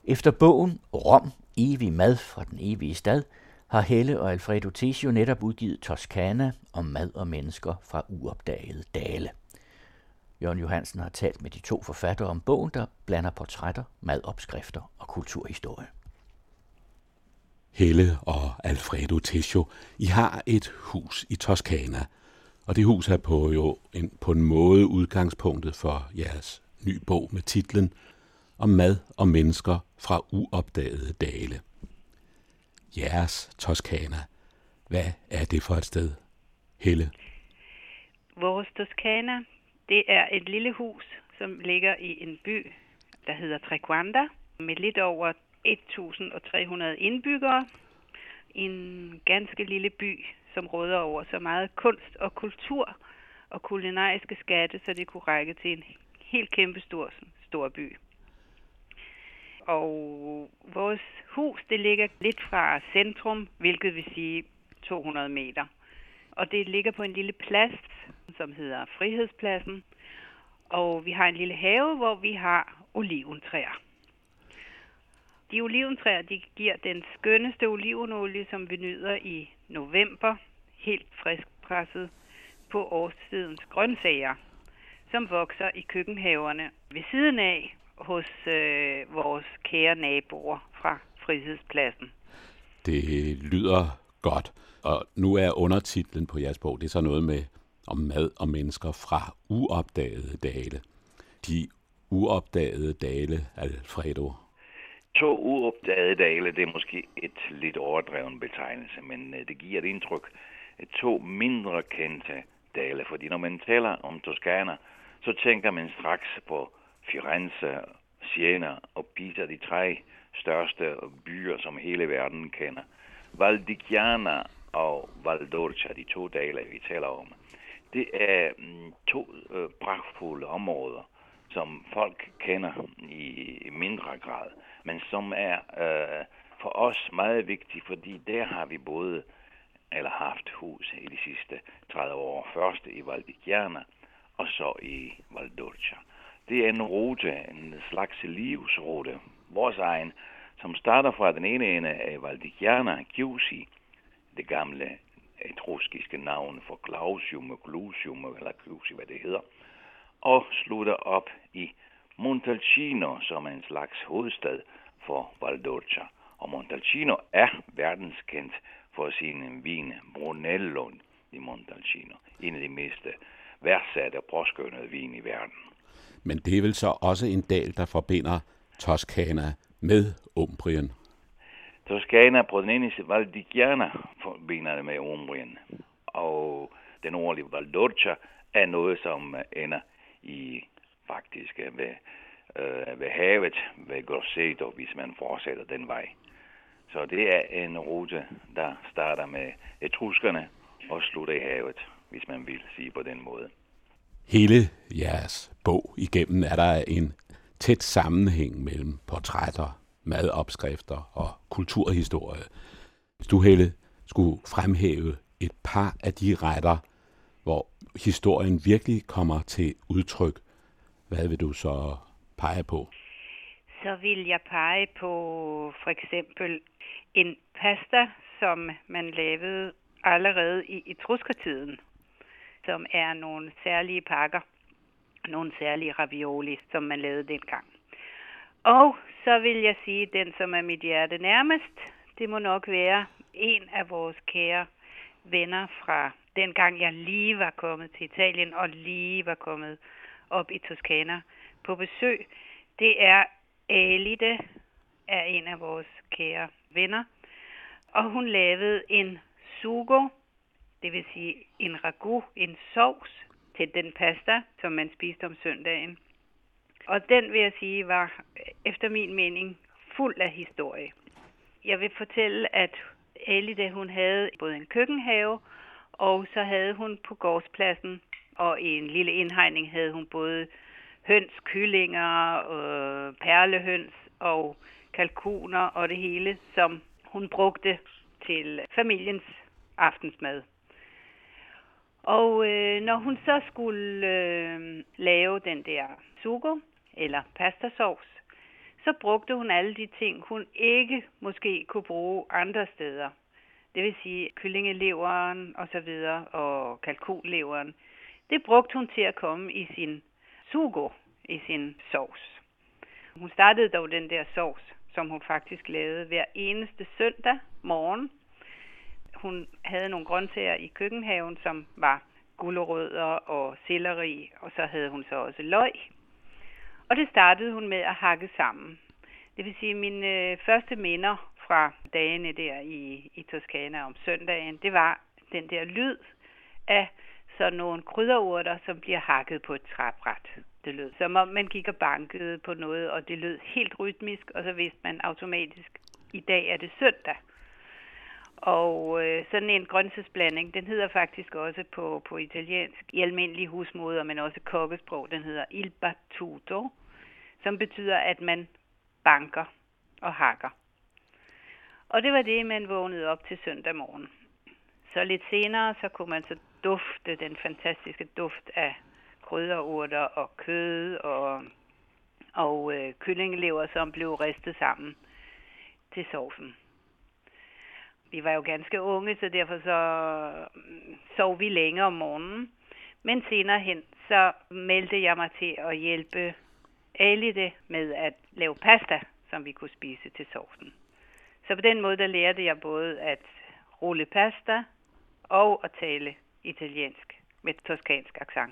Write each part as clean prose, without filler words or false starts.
Efter bogen Rom, evig mad fra den evige stad, har Helle og Alfredo Tesio netop udgivet Toscana om mad og mennesker fra uopdagede dale. Jørgen Johansen har talt med de to forfattere om bogen, der blander portrætter, madopskrifter og kulturhistorie. Helle og Alfredo Tesio, I har et hus i Toscana, og det hus er på en måde udgangspunktet for jeres ny bog med titlen om mad og mennesker fra uopdagede dale. Jeres Toscana, hvad er det for et sted, Helle? Vores Toscana, det er et lille hus, som ligger i en by, der hedder Trequanta, med lidt over 1.300 indbyggere. En ganske lille by, som råder over så meget kunst og kultur og kulinariske skatte, så det kunne række til en helt kæmpe stor by. Og vores hus, det ligger lidt fra centrum, hvilket vil sige 200 meter. Og det ligger på en lille plads, som hedder Frihedspladsen. Og vi har en lille have, hvor vi har oliventræer. De oliventræer, de giver den skønneste olivenolie, som vi nyder i november, helt friskpresset på årstidens grøntsager, som vokser i køkkenhaverne ved siden af hos vores kære naboer fra Frihedspladsen. Det lyder godt, og nu er undertitlen på jeres bog, det er så noget med om mad og mennesker fra uopdagede dale. De uopdagede dale, Alfredo. 2 uopdagede dale, det er måske et lidt overdreven betegnelse, men det giver et indtryk af 2 mindre kendte dale, fordi når man taler om Toscana, så tænker man straks på Firenze, Siena og Pisa, de 3 største byer, som hele verden kender. Val di Chiana og Val d'Orcia, de 2 dale, vi taler om, det er 2 pragtfulde områder, som folk kender i mindre grad, men som er for os meget vigtige, fordi der har vi haft hus i de sidste 30 år. Først i Val di Chiana, og så i Val d'Orcia. Det er en rute, en slags livsrute, vores egen, som starter fra den ene ende af Val di Chiana, Chiusi, det gamle etruskiske navn for Clausium, eller Chiusi, hvad det hedder, og slutter op i Montalcino, som er en slags hovedstad for Val d'Orcia. Og Montalcino er verdenskendt for sin vin Brunello di Montalcino, en af de mest værdsatte og påskønnede vin i verden. Men det er vel så også en dal, der forbinder Toscana med Umbrien? Toscana på den ene side, Val di Chiana forbinder det med Umbrien, og den nordlige Val d'Orcia er noget, som ender faktisk ved havet, ved Grosseto, hvis man fortsætter den vej. Så det er en rute, der starter med etruskerne og slutter i havet, hvis man vil sige på den måde. Hele jeres bog igennem er der en tæt sammenhæng mellem portrætter, madopskrifter og kulturhistorie. Hvis du, Helle, skulle fremhæve et par af de retter, hvor historien virkelig kommer til udtryk, hvad vil du så pege på? Så vil jeg pege på for eksempel en pasta, som man lavede allerede i etruskertiden, som er nogle særlige pakker, nogle særlige ravioli, som man lavede dengang. Og så vil jeg sige, den som er mit hjerte nærmest, det må nok være en af vores kære venner fra dengang jeg lige var kommet til Italien og lige var kommet op i Toscana på besøg. Det er Elide, er en af vores kære venner, og hun lavede en sugo, det vil sige en ragu, en sovs til den pasta, som man spiste om søndagen. Og den vil jeg sige var efter min mening fuld af historie. Jeg vil fortælle, at Elide, hun havde både en køkkenhave, og så havde hun på gårdspladsen, og i en lille indhegning havde hun både høns, kyllinger, perlehøns og kalkuner og det hele, som hun brugte til familiens aftensmad. Og når hun så skulle lave den der sugo, eller pastasauce, så brugte hun alle de ting, hun ikke måske kunne bruge andre steder. Det vil sige kyllingeleveren og så videre, og kalkunleveren. Det brugte hun til at komme i sin sugo, i sin sovs. Hun startede dog den der sovs, som hun faktisk lavede hver eneste søndag morgen. Hun havde nogle grøntsager i køkkenhaven, som var gulerødder og selleri, og så havde hun så også løg. Og det startede hun med at hakke sammen. Det vil sige, mine første minder fra dagene der i Toskana om søndagen, det var den der lyd af sådan nogle krydderurter, som bliver hakket på et træbræt. Det lød som om man gik og bankede på noget, og det lød helt rytmisk, og så vidste man automatisk, i dag er det søndag. Og sådan en grøntsagsblanding, den hedder faktisk også på italiensk, i almindelige husmoder, men også kokkesprog, den hedder il battuto, som betyder, at man banker og hakker. Og det var det, man vågnede op til søndag morgen. Så lidt senere, så kunne man så dufte den fantastiske duft af krydderurter og kød og kyllingelever, som blev ristet sammen til sovsen. Vi var jo ganske unge, så derfor så sov vi længe om morgenen. Men senere hen, så meldte jeg mig til at hjælpe Alide med at lave pasta, som vi kunne spise til sovsen. Så på den måde, der lærte jeg både at rulle pasta og at tale italiensk med toskansk accent.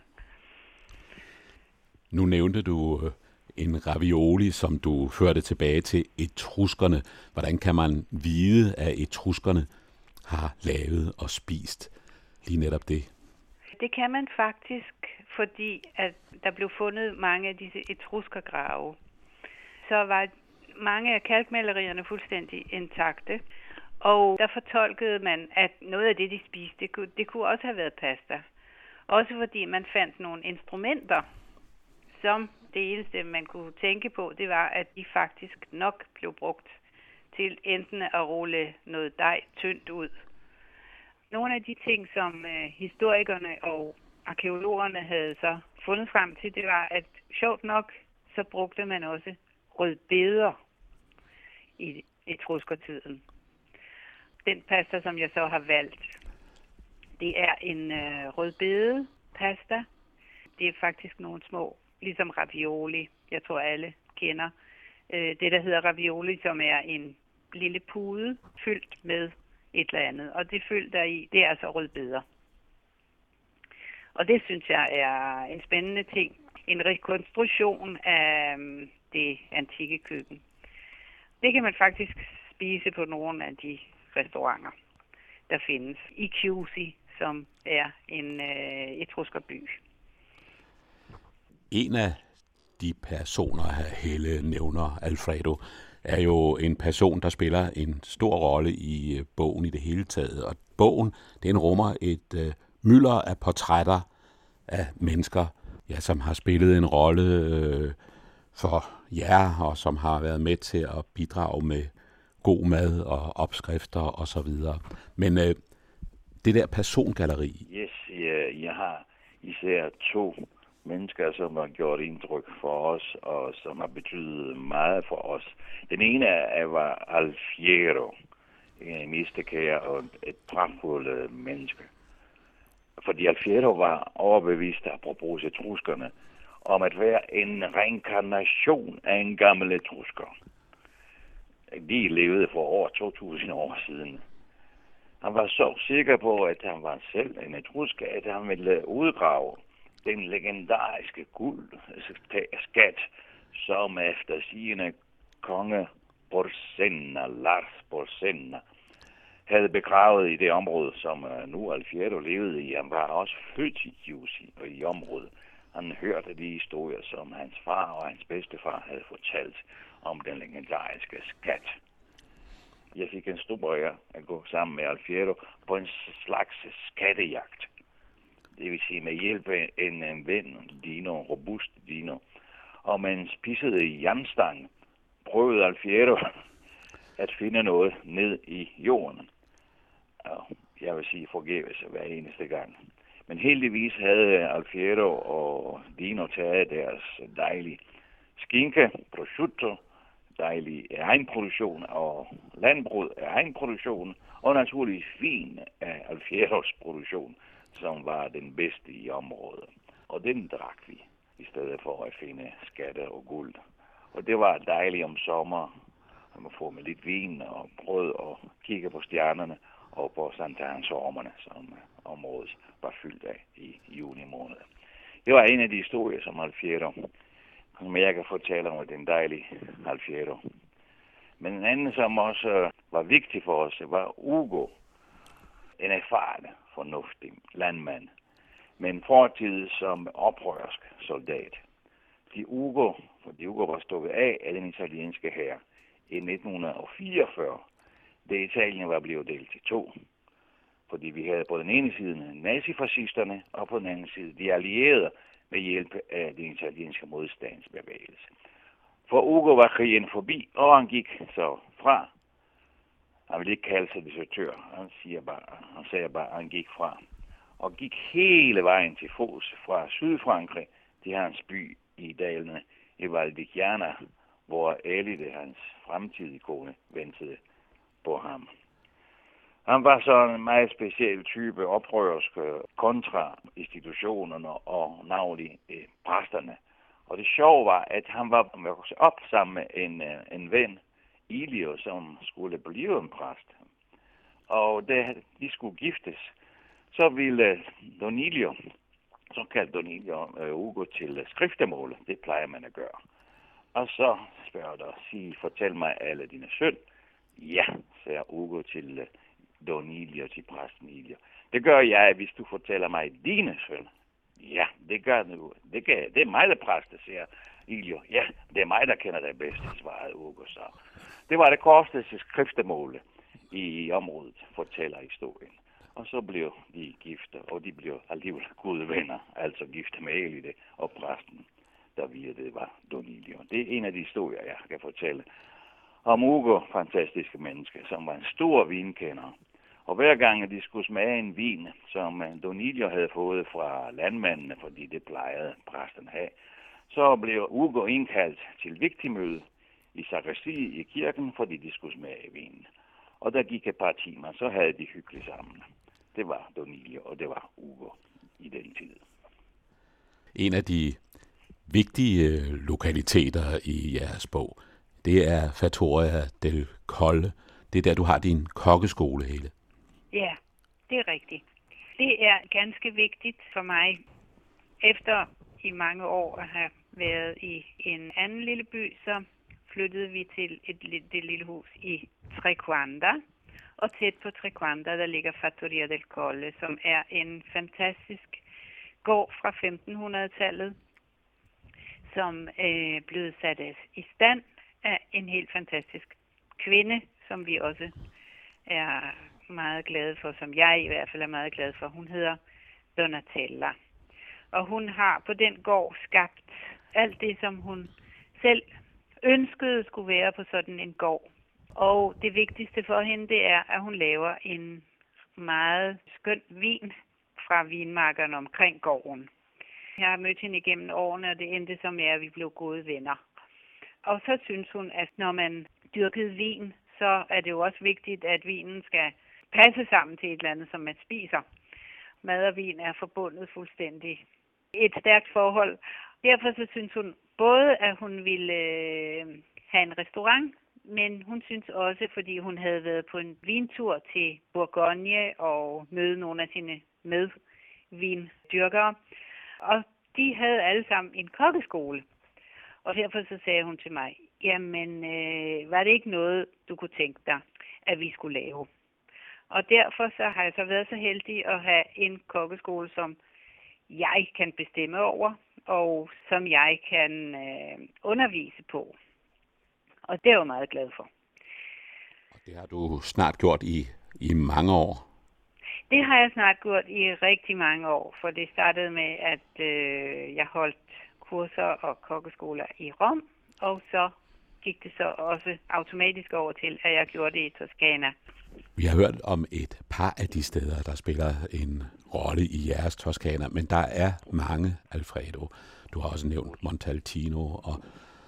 Nu nævnte du en ravioli, som du førte tilbage til etruskerne. Hvordan kan man vide, at etruskerne har lavet og spist lige netop det? Det kan man faktisk, fordi at der blev fundet mange af disse etruskergrave. Så var mange af kalkmalerierne fuldstændig intakte, og der fortolkede man, at noget af det, de spiste, det kunne også have været pasta. Også fordi man fandt nogle instrumenter, som det eneste, man kunne tænke på, det var, at de faktisk nok blev brugt til enten at rulle noget dej tyndt ud. Nogle af de ting, som historikerne og arkæologerne havde så fundet frem til, det var, at sjovt nok, så brugte man også rødbeder i etruskertiden. Den pasta, som jeg så har valgt, det er en rødbedepasta. Det er faktisk nogle små, ligesom ravioli, jeg tror alle kender. Det, der hedder ravioli, som er en lille pude fyldt med et eller andet. Og det fyldt deri, det er altså rødbeder. Og det synes jeg er en spændende ting. En rekonstruktion af det antikke køkken. Det kan man faktisk spise på nogle af de restauranter, der findes i Chiusi, som er en etruskerby. En af de personer, Helle nævner, Alfredo, er jo en person, der spiller en stor rolle i bogen i det hele taget. Og bogen, den rummer et mylder af portrætter af mennesker, ja, som har spillet en rolle for jer, og som har været med til at bidrage med god mad og opskrifter osv. Men det der persongalleri... Yes, jeg har især 2 mennesker, som har gjort indtryk for os, og som har betydet meget for os. Den ene var Alfiero, en mistekære og et pragtfuldt menneske. Fordi Alfiero var overbevist, apropos etruskerne, om at være en reinkarnation af en gammel etrusker. De levede for over 2000 år siden. Han var så sikker på, at han var selv en etrusker, at han ville udgrave den legendariske guldskat, som efter sigende konge Porsenna, Lars Porsenna, havde begravet i det område, som nu Alfiero levede i. Han var også født i Chiusi og i området. Han hørte de historier, som hans far og hans bedstefar havde fortalt om den legendariske skat. Jeg fik en stor ære at gå sammen med Alfiero på en slags skattejagt. Det vil sige med hjælp af en ven, Dino, robust Dino. Og med en spidset jernstang prøvede Alfiero at finde noget ned i jorden. Og jeg vil sige forgæves hver eneste gang. Men heldigvis havde Alfiero og Dino taget deres dejlige skinke, prosciutto, dejlig egenproduktion og landbrug af egenproduktion, og naturligvis vin af Alfieros produktion, som var den bedste i området. Og den drak vi, i stedet for at finde skatte og guld. Og det var dejligt om sommer, at man får med lidt vin og brød og kigge på stjernerne og på Sankthansormerne, som området var fyldt af i juni måned. Det var en af de historier, som Alfiero, som jeg kan fortælle om den dejlige Alfiero. Men en anden, som også var vigtig for os, var Ugo. En erfaren, fornuftig landmand, med en fortid som oprørsk soldat. Ugo var stået af den italienske hær i 1944, da Italien var blevet delt i to. Fordi vi havde på den ene side nazifascisterne, og på den anden side de allierede med hjælp af den italienske modstandsbevægelse. For Ugo var krigen forbi, og han gik så fra. Han ville ikke kalde sig desertør. Han sagde bare, at han gik fra. Og gik hele vejen til fods fra Sydfrankrig til hans by i dalene i Val di Chiana, hvor Elide, hans fremtidige kone, ventede på ham. Han var så en meget speciel type oprørsk kontra institutionerne og navnlig præsterne. Og det sjove var, at han var vokset op sammen med en ven, Ilio, som skulle blive en præst. Og da de skulle giftes, så ville Donilio, som kaldte Donilio Ugo til skriftemålet. Det plejer man at gøre. Og så spørger der, fortæl mig alle dine søn. Ja, siger Ugo til Donilio, til præsten Ilio. Det gør jeg, hvis du fortæller mig dine søn. Ja, det gør du. Det er mig, der præster, siger Ilio. Ja, det er mig, der kender dig bedst, svarede Ugo så. Det var det korteste skriftemål i området, fortæller historien. Og så blev de gifte, og de blev alligevel gode venner, altså gifte med Elide og præsten, der virkede var Donilio. Det er en af de historier, jeg kan fortælle om Ugo, fantastiske menneske, som var en stor vinkender. Og hver gang de skulle smage en vin, som Donilio havde fået fra landmændene, fordi det plejede præsten have, så blev Ugo indkaldt til vigtig møde i sakristiet i kirken, fordi de skulle smage vinen. Og der gik et par timer, så havde de hyggeligt sammen. Det var Donilio, og det var Ugo i den tid. En af de vigtige lokaliteter i jeres bog, det er Fattoria del Colle. Det er der, du har din kokkeskole, Helle. Ja, det er rigtigt. Det er ganske vigtigt for mig, efter i mange år at have været i en anden lille by, så flyttede vi til det lille hus i Trequanda. Og tæt på Trequanda, der ligger Fattoria del Colle, som er en fantastisk gård fra 1500-tallet, som er blevet sat i stand af en helt fantastisk kvinde, som vi også er meget glade for, som jeg i hvert fald er meget glad for. Hun hedder Donatella. Og hun har på den gård skabt alt det, som hun selv ønskede skulle være på sådan en gård. Og det vigtigste for hende, det er, at hun laver en meget skøn vin fra vinmarkerne omkring gården. Jeg har mødt hende igennem årene, og det endte som at vi blev gode venner. Og så synes hun, at når man dyrker vin, så er det jo også vigtigt, at vinen skal passe sammen til et eller andet, som man spiser. Mad og vin er forbundet fuldstændig. Et stærkt forhold. Derfor så synes hun både, at hun ville have en restaurant, men hun synes også, fordi hun havde været på en vintur til Bourgogne og møde nogle af sine medvindyrkere. Og de havde alle sammen en kokkeskole. Og derfor så sagde hun til mig, jamen var det ikke noget, du kunne tænke dig, at vi skulle lave? Og derfor så har jeg så været så heldig at have en kokkeskole, som jeg kan bestemme over, og som jeg kan undervise på. Og det er jeg jo meget glad for. Og det har du snart gjort i mange år? Det har jeg snart gjort i rigtig mange år, for det startede med, at jeg holdt kurser og kokkeskoler i Rom, og så gik det så også automatisk over til, at jeg gjorde det i Toskana. Vi har hørt om et par af de steder, der spiller en rolle i jeres Toskana, men der er mange, Alfredo. Du har også nævnt Montalcino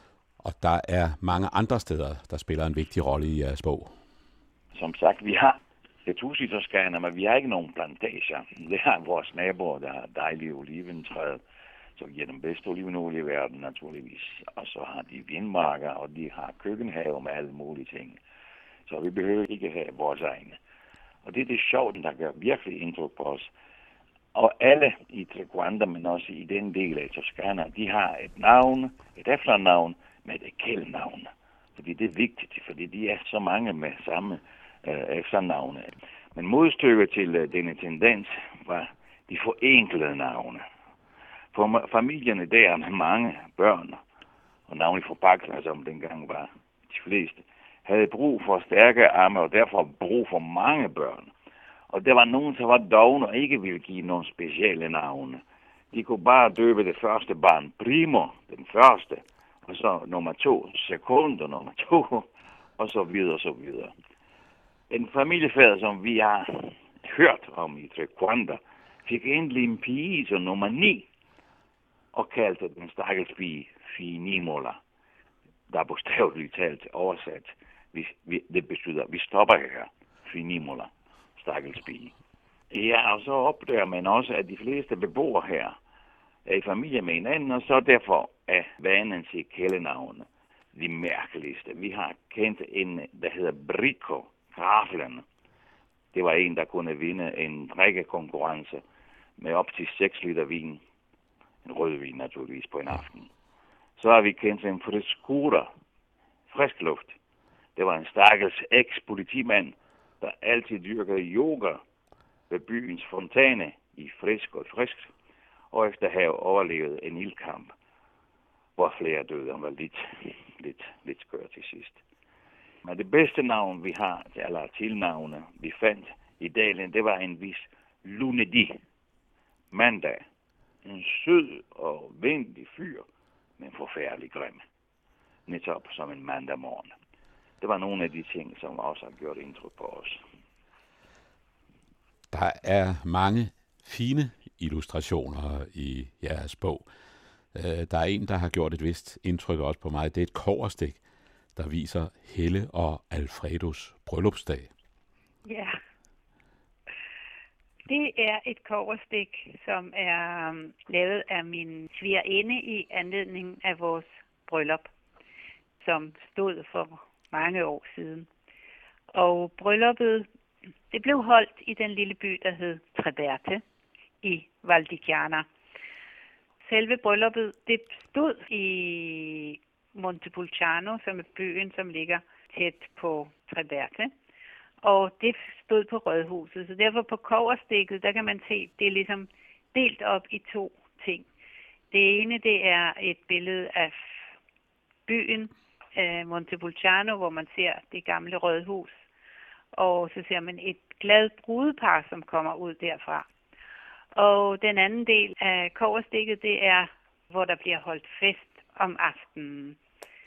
Og der er mange andre steder, der spiller en vigtig rolle i jeres bog. Som sagt, vi har et hus i Toskana, men vi har ikke nogen plantager. Det har vores naboer, der har dejlige oliventræer, som giver den bedste olivenolie i verden naturligvis. Og så har de vindmarker, og de har køkkenhave med alle mulige ting. Så vi behøver ikke have vores egne. Og det er det sjovt, der gør virkelig indtryk på os. Og alle i Trequanta, men også i den del af Toskana, de har et navn, et efternavn med et kældnavn. Fordi det er vigtigt, fordi de er så mange med samme efternavne. Men modstykket til denne tendens var de forenklede navne. For familierne der med mange børn, og navnlig for Bakler, som dengang var de fleste, havde brug for stærke arme, og derfor brug for mange børn. Og der var nogen, der var dogne og ikke ville give nogle specielle navne. De kunne bare døbe det første barn primo, den første, og så nummer 2, secondo, nummer 2, og så videre, og så videre. En familiefader, som vi har hørt om i Trequanta, fik endelig en pige som nummer 9, og kaldte den stakkels pige Finimola, der bogstaveligt talt oversat. Det betyder, vi stopper her, Finimola, stakkels pige. Ja, og så opdager man også, at de fleste beboere her er i familie med hinanden, og så derfor er vanen til kældenavne de mærkeligste. Vi har kendt en, der hedder Brico Graflen. Det var en, der kunne vinde en drikkekonkurrence med op til 6 liter vin. En rødvin naturligvis på en aften. Så har vi kendt en Frescura, frisk luft. Det var en stakkels eks-politimand, der altid dyrkede yoga ved byens fontane i frisk og frisk, og efter at have overlevet en ildkamp, hvor flere døde. Han var lidt skør til sidst. Men det bedste navn, vi har, eller tilnavne, vi fandt i dalen, det var en vis Lunedi, mandag. En sød og venlig fyr, men forfærdelig grim. Netop som en mandag morgen. Det var nogle af de ting, som også har gjort indtryk på os. Der er mange fine illustrationer i jeres bog. Der er en, der har gjort et vist indtryk også på mig. Det er et kobberstik, der viser Helle og Alfredos bryllupsdag. Ja. Det er et kobberstik, som er lavet af min svigerinde i anledning af vores bryllup, som stod for mange år siden. Og brylluppet, det blev holdt i den lille by, der hed Treberte i Valdichiana. Selve brylluppet, det stod i Montepulciano, som er byen, som ligger tæt på Treberte. Og det stod på Rådhuset. Så derfor på kobberstikket, der kan man se, det er ligesom delt op i 2 ting. Det ene, det er et billede af byen Montepulciano, hvor man ser det gamle Rådhus. Og så ser man et glad brudepar, som kommer ud derfra. Og den anden del af kobberstikket, det er, hvor der bliver holdt fest om aftenen.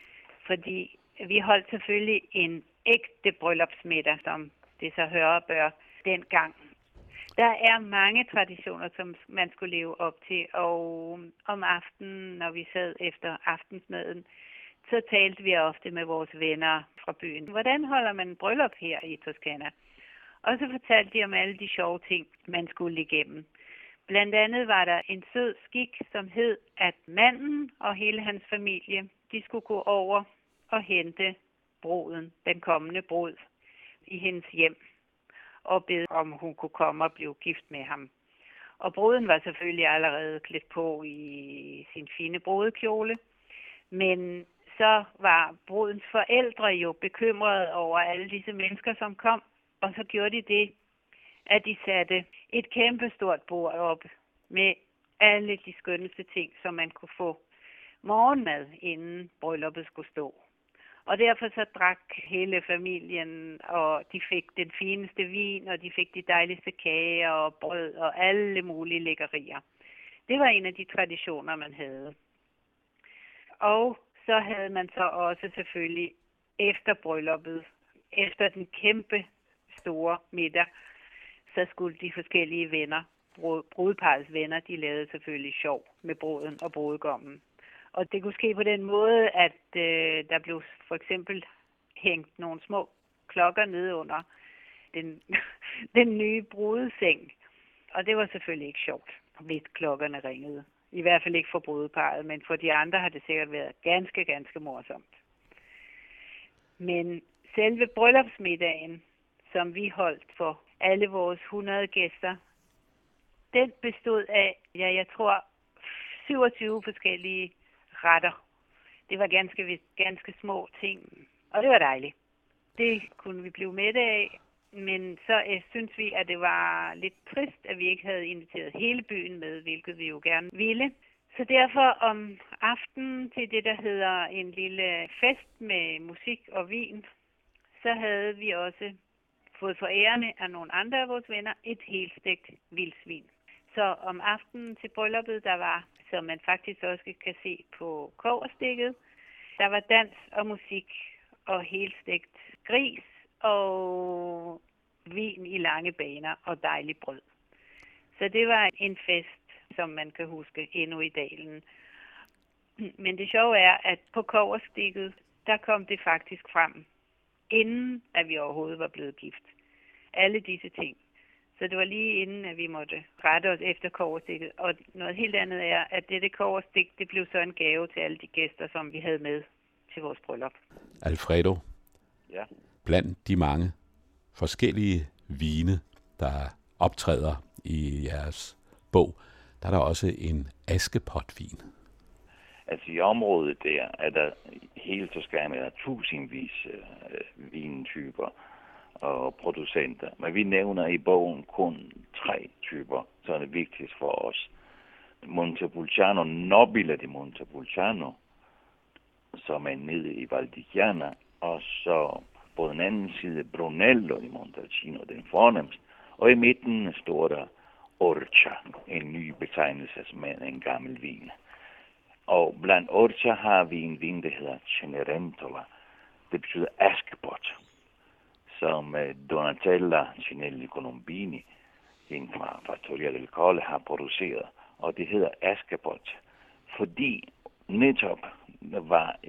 Fordi vi holdt selvfølgelig en ægte bryllupsmiddag, som det så hører bør dengang. Der er mange traditioner, som man skulle leve op til, og om aftenen, når vi sad efter aftensmaden, så talte vi ofte med vores venner fra byen. Hvordan holder man en bryllup her i Toskana? Og så fortalte de om alle de sjove ting, man skulle igennem. Blandt andet var der en sød skik, som hed, at manden og hele hans familie, de skulle gå over og hente bruden, den kommende brud, i hendes hjem, og bede om hun kunne komme og blive gift med ham. Og bruden var selvfølgelig allerede klædt på i sin fine brudekjole, men så var brudens forældre jo bekymrede over alle disse mennesker, som kom, og så gjorde de det, at de satte et kæmpestort bord op med alle de skønneste ting, som man kunne få morgenmad, inden brylluppet skulle stå. Og derfor så drak hele familien, og de fik den fineste vin, og de fik de dejligste kager og brød og alle mulige lækkerier. Det var en af de traditioner, man havde. Og så havde man så også selvfølgelig efter brylluppet, efter den kæmpe store middag, så skulle de forskellige venner, brudeparets venner, de lavede selvfølgelig sjov med bruden og brudgommen. Og det kunne ske på den måde, at der blev for eksempel hængt nogle små klokker nede under den nye brudeseng. Og det var selvfølgelig ikke sjovt, hvis klokkerne ringede. I hvert fald ikke for brudeparret, men for de andre har det sikkert været ganske, ganske morsomt. Men selve bryllupsmiddagen, som vi holdt for alle vores 100 gæster, den bestod af, jeg tror, 27 forskellige retter. Det var ganske små ting, og det var dejligt. Det kunne vi blive mætte af, men så synes vi, at det var lidt trist, at vi ikke havde inviteret hele byen med, hvilket vi jo gerne ville. Så derfor om aftenen til det, der hedder en lille fest med musik og vin, så havde vi også fået for ærende af nogle andre af vores venner et helt stegt vildsvin. Så om aftenen til brylluppet, der var, som man faktisk også kan se på kobberstikket, der var dans og musik og helt stegt gris og vin i lange baner og dejligt brød. Så det var en fest, som man kan huske endnu i dalen. Men det sjove er, at på kobberstikket, der kom det faktisk frem, inden at vi overhovedet var blevet gift. Alle disse ting. Så det var lige inden, at vi måtte rette os efter kobberstikket. Og noget helt andet er, at dette kobberstik, det blev så en gave til alle de gæster, som vi havde med til vores bryllup. Alfredo, Ja. blandt de mange forskellige vine, der optræder i jeres bog, der er der også en askepotvin. Altså i området der er der hele Toskana, der er tusindvis vintyper og producenter. Men vi nævner i bogen kun 3 typer, så er det vigtigt for os. Montepulciano, Nobile di Montepulciano, som er nede i Valdichiana, og så på den anden side Brunello di Montalcino, den fornemste. Og i midten står der Orcia, en ny betegnelse som er en gammel vin. Og blandt Orcia har vi en vin, der hedder Cenerentola. Det betyder askepot, som Donatella Cinelli Colombini, en fra Fattoria del Colle, har produceret. Og det hedder askepot, fordi netop var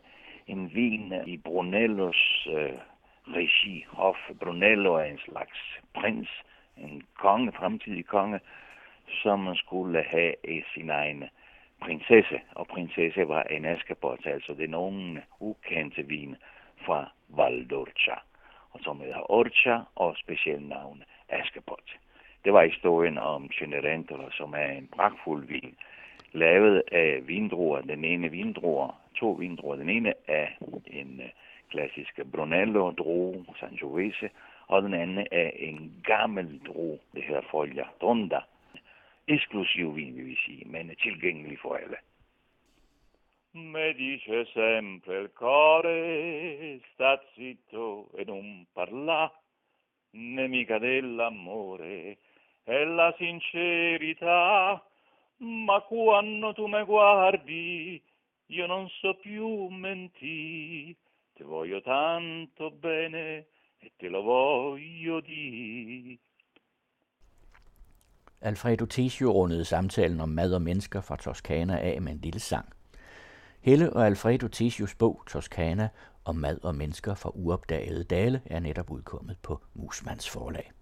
en vin i Brunellos regi. Hof Brunello er en slags prins, en konge, fremtidig konge, som skulle have sin egen prinsesse. Og prinsesse var en askepot, altså det er nogle ukendte vin fra Val d'Orcia, og som hedder Orcia og specielt navn askepot. Det var historien om Cenerentola, som er en pragtfuld vin, lavet af vindruer. Den ene vindruer, 2 vindruer. Den ene er en klassisk Brunello-drue, Sangiovese, og den anden er en gammel drue, det hedder Foglia Tonda. Eksklusiv vin, vil vi sige, men tilgængelig for alle. Me dice sempre il core, sta zitto e non parla, nemica dell'amore e la sincerità, ma quando tu me guardi, io non so più mentir, te voglio tanto bene e te lo voglio dire. Alfredo Tesio rundede samtalen om mad og mennesker fra Toskana af med en lille sang. Helle og Alfredo Tesios bog Toskana om mad og mennesker fra uopdagede dale er netop udkommet på Musmanns forlag.